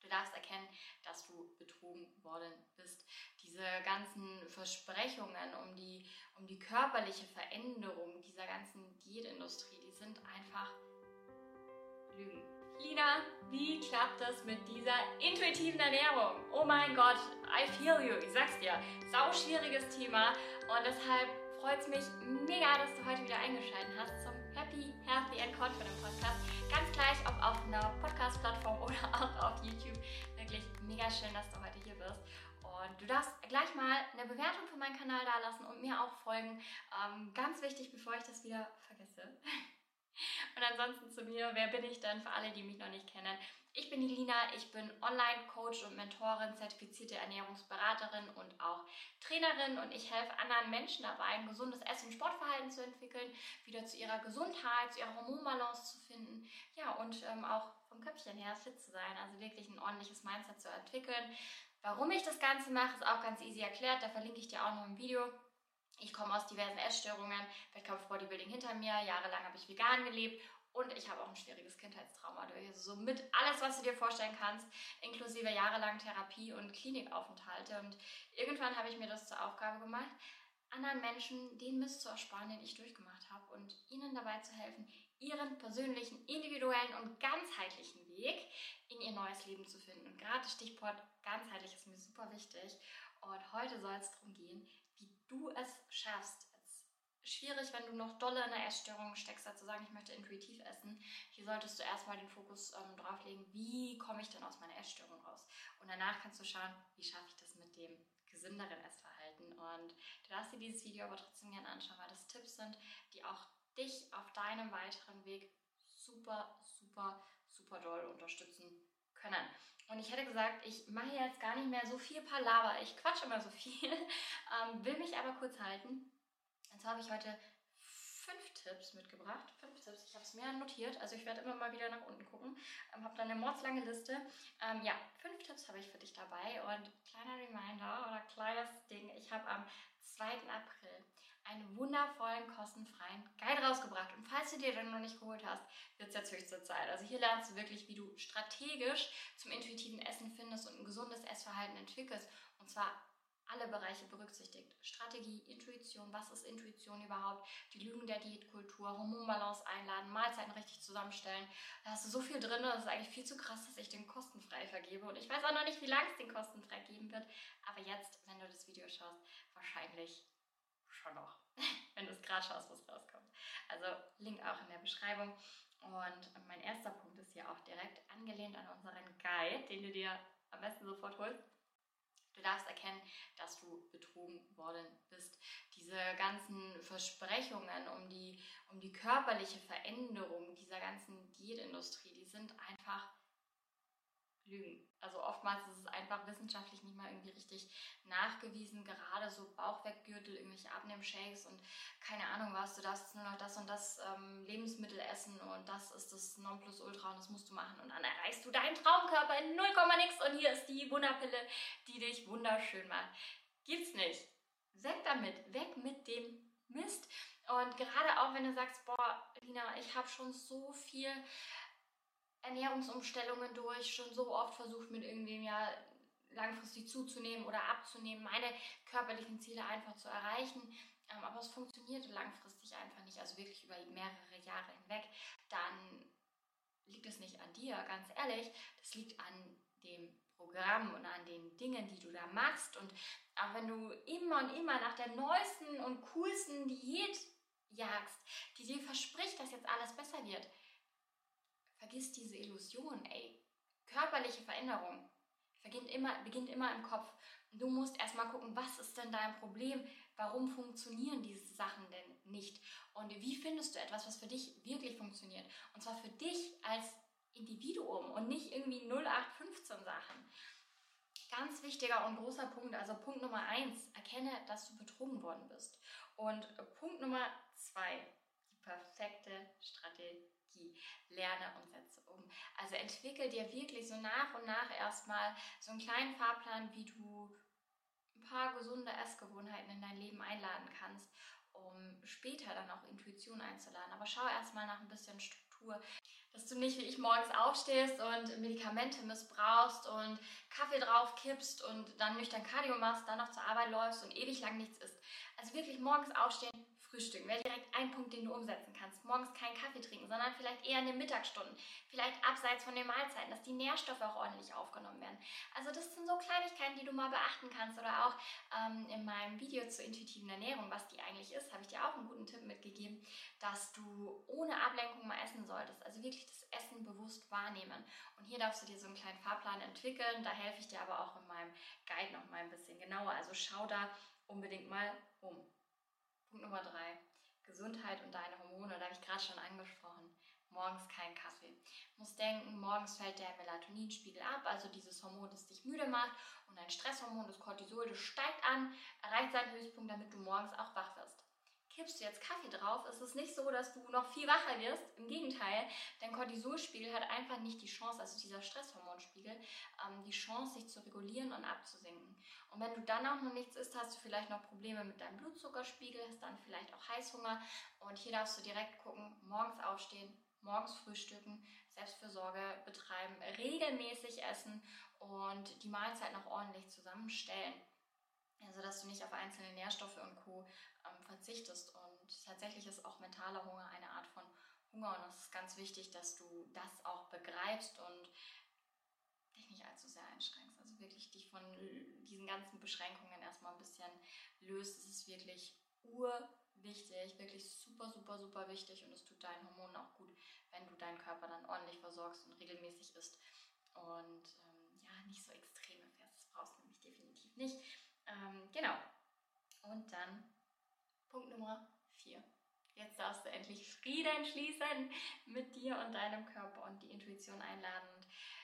darfst erkennen, dass du betrogen worden bist. Diese ganzen Versprechungen um die körperliche Veränderung dieser ganzen Diätindustrie, die sind einfach Lügen. Lina, wie klappt das mit dieser intuitiven Ernährung? Oh mein Gott, I feel you, ich sag's dir. Sau schwieriges Thema und deshalb freut es mich mega, dass du heute wieder eingeschaltet hast zum Happy, Healthy and Confident Podcast. Ganz gleich, ob auf einer Podcast-Plattform oder auch auf YouTube. Wirklich mega schön, dass du heute hier bist. Und du darfst gleich mal eine Bewertung für meinen Kanal dalassen und mir auch folgen. Ganz wichtig, bevor ich das wieder vergesse. Und ansonsten zu mir, wer bin ich denn für alle, die mich noch nicht kennen? Ich bin die Lina, ich bin Online-Coach und Mentorin, zertifizierte Ernährungsberaterin und auch Trainerin und ich helfe anderen Menschen dabei, ein gesundes Ess- und Sportverhalten zu entwickeln, wieder zu ihrer Gesundheit, zu ihrer Hormonbalance zu finden, ja und auch vom Köpfchen her fit zu sein, also wirklich ein ordentliches Mindset zu entwickeln. Warum ich das Ganze mache, ist auch ganz easy erklärt, da verlinke ich dir auch noch ein Video. Ich komme aus diversen Essstörungen, Wettkampf-Bodybuilding hinter mir, jahrelang habe ich vegan gelebt und ich habe auch ein schwieriges Kindheitstrauma durch. Also somit alles, was du dir vorstellen kannst, inklusive jahrelang Therapie und Klinikaufenthalte. Und irgendwann habe ich mir das zur Aufgabe gemacht, anderen Menschen den Mist zu ersparen, den ich durchgemacht habe und ihnen dabei zu helfen, ihren persönlichen, individuellen und ganzheitlichen Weg in ihr neues Leben zu finden. Und gerade das Stichwort ganzheitlich ist mir super wichtig. Und heute soll es darum gehen, wie du es schaffst. Es ist schwierig, wenn du noch dolle in der Essstörung steckst, dazu sagen, ich möchte intuitiv essen. Hier solltest du erstmal den Fokus drauf legen, wie komme ich denn aus meiner Essstörung raus? Und danach kannst du schauen, wie schaffe ich das mit dem gesünderen Essverhalten. Und du darfst dir dieses Video aber trotzdem gerne anschauen, weil das Tipps sind, die auch dich auf deinem weiteren Weg super, super, super doll unterstützen können. Und ich hätte gesagt, ich mache jetzt gar nicht mehr so viel Palaver, ich quatsche immer so viel, will mich aber kurz halten. Und zwar habe ich heute 5 Tipps mitgebracht. 5 Tipps, ich habe es mir notiert, also ich werde immer mal wieder nach unten gucken. Habe dann eine mordslange Liste. Ja, 5 Tipps habe ich für dich dabei und kleiner Reminder oder kleines Ding, ich habe am 2. April einen wundervollen, kostenfreien Guide rausgebracht. Und falls du dir den noch nicht geholt hast, wird es jetzt höchste Zeit. Also hier lernst du wirklich, wie du strategisch zum intuitiven Essen findest und ein gesundes Essverhalten entwickelst. Und zwar alle Bereiche berücksichtigt. Strategie, Intuition, was ist Intuition überhaupt? Die Lügen der Diätkultur, Hormonbalance einladen, Mahlzeiten richtig zusammenstellen. Da hast du so viel drin, das ist eigentlich viel zu krass, dass ich den kostenfrei vergebe. Und ich weiß auch noch nicht, wie lange es den kostenfrei geben wird. Aber jetzt, wenn du das Video schaust, wahrscheinlich schon noch. Wenn du es gerade schaust, was rauskommt. Also Link auch in der Beschreibung. Und mein erster Punkt ist hier auch direkt angelehnt an unseren Guide, den du dir am besten sofort holst. Du darfst erkennen, dass du betrogen worden bist. Diese ganzen Versprechungen um die körperliche Veränderung dieser ganzen Diätindustrie, die sind einfach Lügen. Also oftmals ist es einfach wissenschaftlich nicht mal irgendwie richtig nachgewiesen, gerade so Bauchweggürtel, irgendwelche Abnehmshakes und keine Ahnung was, du darfst nur noch das und das Lebensmittel essen und das ist das Nonplusultra und das musst du machen und dann erreichst du deinen Traumkörper in 0, nix und hier ist die Wunderpille, die dich wunderschön macht. Gibt's nicht. Weg damit, weg mit dem Mist. Und gerade auch wenn du sagst, boah, Lina, ich habe schon so viel Ernährungsumstellungen durch, schon so oft versucht mit irgendwem ja langfristig zuzunehmen oder abzunehmen, meine körperlichen Ziele einfach zu erreichen, aber es funktionierte langfristig einfach nicht, also wirklich über mehrere Jahre hinweg, dann liegt es nicht an dir, ganz ehrlich, das liegt an dem Programm und an den Dingen, die du da machst und auch wenn du immer und immer nach der neuesten und coolsten Diät jagst, die dir verspricht, dass jetzt alles besser wird, vergiss diese Illusion, ey. Körperliche Veränderung beginnt immer im Kopf. Und du musst erstmal gucken, was ist denn dein Problem? Warum funktionieren diese Sachen denn nicht? Und wie findest du etwas, was für dich wirklich funktioniert? Und zwar für dich als Individuum und nicht irgendwie 0815 Sachen. Ganz wichtiger und großer Punkt, also Punkt Nummer 1, erkenne, dass du betrogen worden bist. Und Punkt Nummer 2, die perfekte Strategie. Lerne und setze um. Also entwickel dir wirklich so nach und nach erstmal so einen kleinen Fahrplan, wie du ein paar gesunde Essgewohnheiten in dein Leben einladen kannst, um später dann auch Intuition einzuladen. Aber schau erstmal nach ein bisschen Struktur Struktur, dass du nicht wie ich morgens aufstehst und Medikamente missbrauchst und Kaffee drauf kippst und dann nüchtern Cardio machst, dann noch zur Arbeit läufst und ewig lang nichts isst. Also wirklich morgens aufstehen, frühstücken. Wäre direkt ein Punkt, den du umsetzen kannst. Morgens keinen Kaffee trinken, sondern vielleicht eher in den Mittagsstunden. Vielleicht abseits von den Mahlzeiten, dass die Nährstoffe auch ordentlich aufgenommen werden. Also das sind so Kleinigkeiten, die du mal beachten kannst. Oder auch in meinem Video zur intuitiven Ernährung, was die eigentlich ist, habe ich dir auch einen guten Tipp mitgegeben, dass du ohne Ablenkung mal essen solltest. Also wirklich das Essen bewusst wahrnehmen. Und hier darfst du dir so einen kleinen Fahrplan entwickeln. Da helfe ich dir aber auch in meinem Guide noch mal ein bisschen genauer. Also schau da unbedingt mal um. Punkt Nummer 3. Gesundheit und deine Hormone. Da habe ich gerade schon angesprochen. Morgens kein Kaffee. Du musst denken, morgens fällt der Melatoninspiegel ab, also dieses Hormon, das dich müde macht, und ein Stresshormon, das Cortisol, das steigt an, erreicht seinen Höchstpunkt, damit du morgens auch wach wirst. Kippst du jetzt Kaffee drauf, ist es nicht so, dass du noch viel wacher wirst. Im Gegenteil, dein Cortisolspiegel hat einfach nicht die Chance, also dieser Stresshormonspiegel, die Chance, sich zu regulieren und abzusinken. Und wenn du dann auch noch nichts isst, hast du vielleicht noch Probleme mit deinem Blutzuckerspiegel, hast dann vielleicht auch Heißhunger. Und hier darfst du direkt gucken, morgens aufstehen, morgens frühstücken, Selbstfürsorge betreiben, regelmäßig essen und die Mahlzeiten auch ordentlich zusammenstellen. Also dass du nicht auf einzelne Nährstoffe und Co. verzichtest. Und tatsächlich ist auch mentaler Hunger eine Art von Hunger. Und es ist ganz wichtig, dass du das auch begreifst und dich nicht allzu sehr einschränkst. Also wirklich dich von diesen ganzen Beschränkungen erstmal ein bisschen löst. Es ist wirklich urwichtig, wirklich super, super, super wichtig. Und es tut deinen Hormonen auch gut, wenn du deinen Körper dann ordentlich versorgst und regelmäßig isst. Und nicht so extreme Feste. Das brauchst du nämlich definitiv nicht. Genau. Und dann Punkt Nummer 4. Jetzt darfst du endlich Frieden schließen mit dir und deinem Körper und die Intuition einladen. Und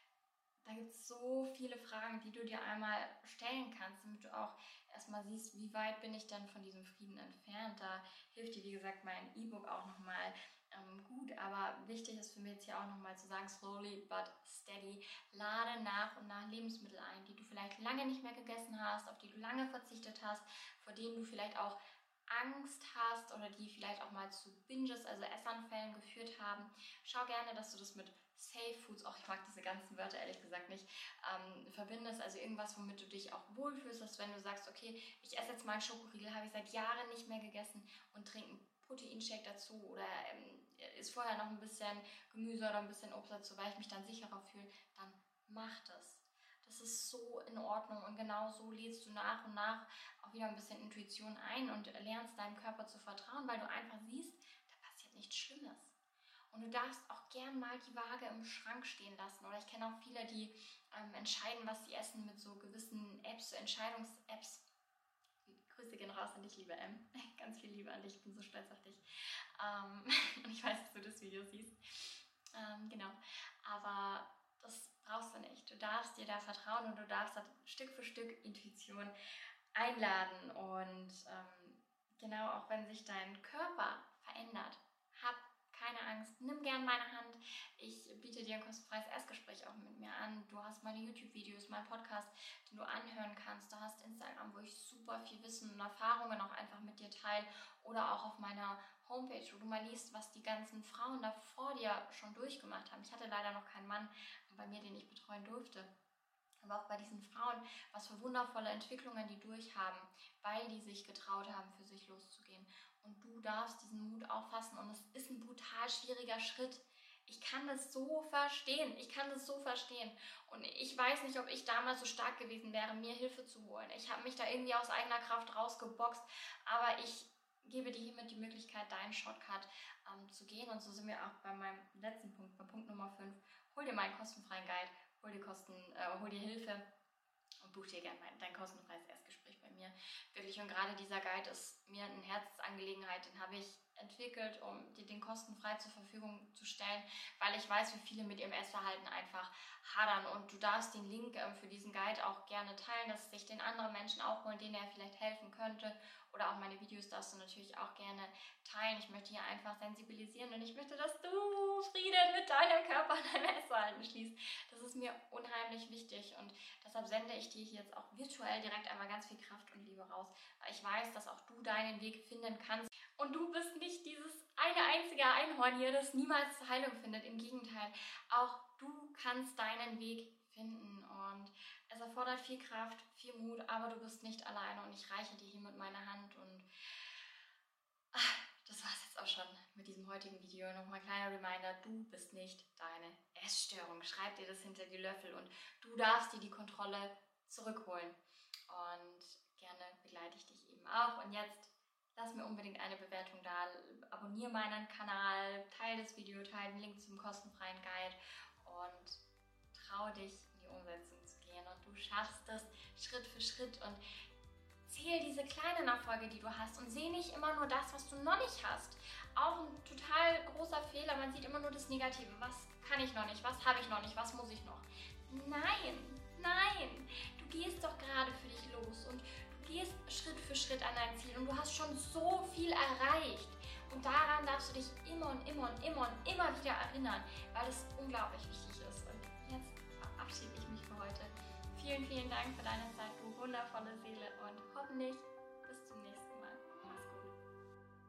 da gibt es so viele Fragen, die du dir einmal stellen kannst, damit du auch erstmal siehst, wie weit bin ich denn von diesem Frieden entfernt. Da hilft dir, wie gesagt, mein E-Book auch nochmal gut. Aber wichtig ist für mich jetzt hier auch nochmal zu sagen, slowly but steady, lade nach und nach Lebensmittel ein, die du vielleicht lange nicht mehr gegessen hast, auf die du lange verzichtet hast, vor denen du vielleicht auch Angst hast oder die vielleicht auch mal zu Binges, also Essanfällen geführt haben. Schau gerne, dass du das mit Safe Foods, auch ich mag diese ganzen Wörter ehrlich gesagt nicht, verbindest, also irgendwas, womit du dich auch wohlfühlst, dass wenn du sagst, okay, ich esse jetzt mal einen Schokoriegel, habe ich seit Jahren nicht mehr gegessen, und trinke einen Proteinshake dazu oder ist vorher noch ein bisschen Gemüse oder ein bisschen Obst dazu, weil ich mich dann sicherer fühle, dann mach das. Das ist so in Ordnung, und genau so lädst du nach und nach auch wieder ein bisschen Intuition ein und lernst deinem Körper zu vertrauen, weil du einfach siehst, da passiert nichts Schlimmes. Und du darfst auch gern mal die Waage im Schrank stehen lassen. Oder ich kenne auch viele, die entscheiden, was sie essen, mit so gewissen Apps, so Entscheidungs-Apps. Grüße gehen raus an dich, liebe M. Ganz viel Liebe an dich, ich bin so stolz auf dich. Und ich weiß, dass du das Video siehst. Genau. Aber das brauchst du nicht. Du darfst dir da vertrauen und du darfst da Stück für Stück Intuition einladen. Und genau, auch wenn sich dein Körper verändert, hab keine Angst, nimm gern meine Hand. Ich biete dir ein kostenfreies Erstgespräch auch mit mir an. Du hast meine YouTube-Videos, meinen Podcast, den du anhören kannst. Du hast Instagram, wo ich super viel Wissen und Erfahrungen auch einfach mit dir teile. Oder auch auf meiner Homepage, wo du mal liest, was die ganzen Frauen da vor dir schon durchgemacht haben. Ich hatte leider noch keinen Mann bei mir, den ich betreuen durfte. Aber auch bei diesen Frauen, was für wundervolle Entwicklungen die durchhaben, weil die sich getraut haben, für sich loszugehen. Und du darfst diesen Mut auffassen, und es ist ein brutal schwieriger Schritt. Ich kann das so verstehen. Und ich weiß nicht, ob ich damals so stark gewesen wäre, mir Hilfe zu holen. Ich habe mich da irgendwie aus eigener Kraft rausgeboxt, aber ich gebe dir hiermit die Möglichkeit, deinen Shortcut zu gehen. Und so sind wir auch bei meinem letzten Punkt, bei Punkt Nummer 5. Hol dir meinen kostenfreien Guide, hol dir Hilfe und buch dir gerne dein kostenfreies Erstgespräch bei mir. Wirklich, und gerade dieser Guide ist mir eine Herzensangelegenheit, den habe ich entwickelt, um dir den kostenfrei zur Verfügung zu stellen, weil ich weiß, wie viele mit ihrem Essverhalten einfach hadern. Und du darfst den Link für diesen Guide auch gerne teilen, dass sich den anderen Menschen auch holen, denen er vielleicht helfen könnte. Oder auch meine Videos darfst du natürlich auch gerne teilen. Ich möchte hier einfach sensibilisieren, und ich möchte, dass du Frieden mit deinem Körper und deinem Essverhalten schließt. Das ist mir unheimlich wichtig, und deshalb sende ich dir hier jetzt auch virtuell direkt einmal ganz viel Kraft und Liebe raus, weil ich weiß, dass auch du deinen Weg finden kannst. Und du bist nicht nicht dieses eine einzige Einhorn hier, das niemals zur Heilung findet. Im Gegenteil, auch du kannst deinen Weg finden und es erfordert viel Kraft, viel Mut, aber du bist nicht alleine und ich reiche dir hiermit meine Hand und das war es jetzt auch schon mit diesem heutigen Video. Nochmal ein kleiner Reminder, du bist nicht deine Essstörung. Schreib dir das hinter die Löffel und du darfst dir die Kontrolle zurückholen. Und gerne begleite ich dich eben auch. Und jetzt lass mir unbedingt eine Bewertung da, abonniere meinen Kanal, teile das Video, teile den Link zum kostenfreien Guide und trau dich in die Umsetzung zu gehen. Und du schaffst es Schritt für Schritt und zähl diese kleinen Erfolge, die du hast und seh nicht immer nur das, was du noch nicht hast. Auch ein total großer Fehler, man sieht immer nur das Negative. Was kann ich noch nicht? Was habe ich noch nicht? Was muss ich noch? Nein, nein, du gehst doch gerade für dich los und du gehst Schritt für Schritt an dein Ziel und du hast schon so viel erreicht. Und daran darfst du dich immer und immer und immer und immer wieder erinnern, weil es unglaublich wichtig ist. Und jetzt verabschiede ich mich für heute. Vielen, vielen Dank für deine Zeit, du wundervolle Seele und hoffentlich bis zum nächsten Mal.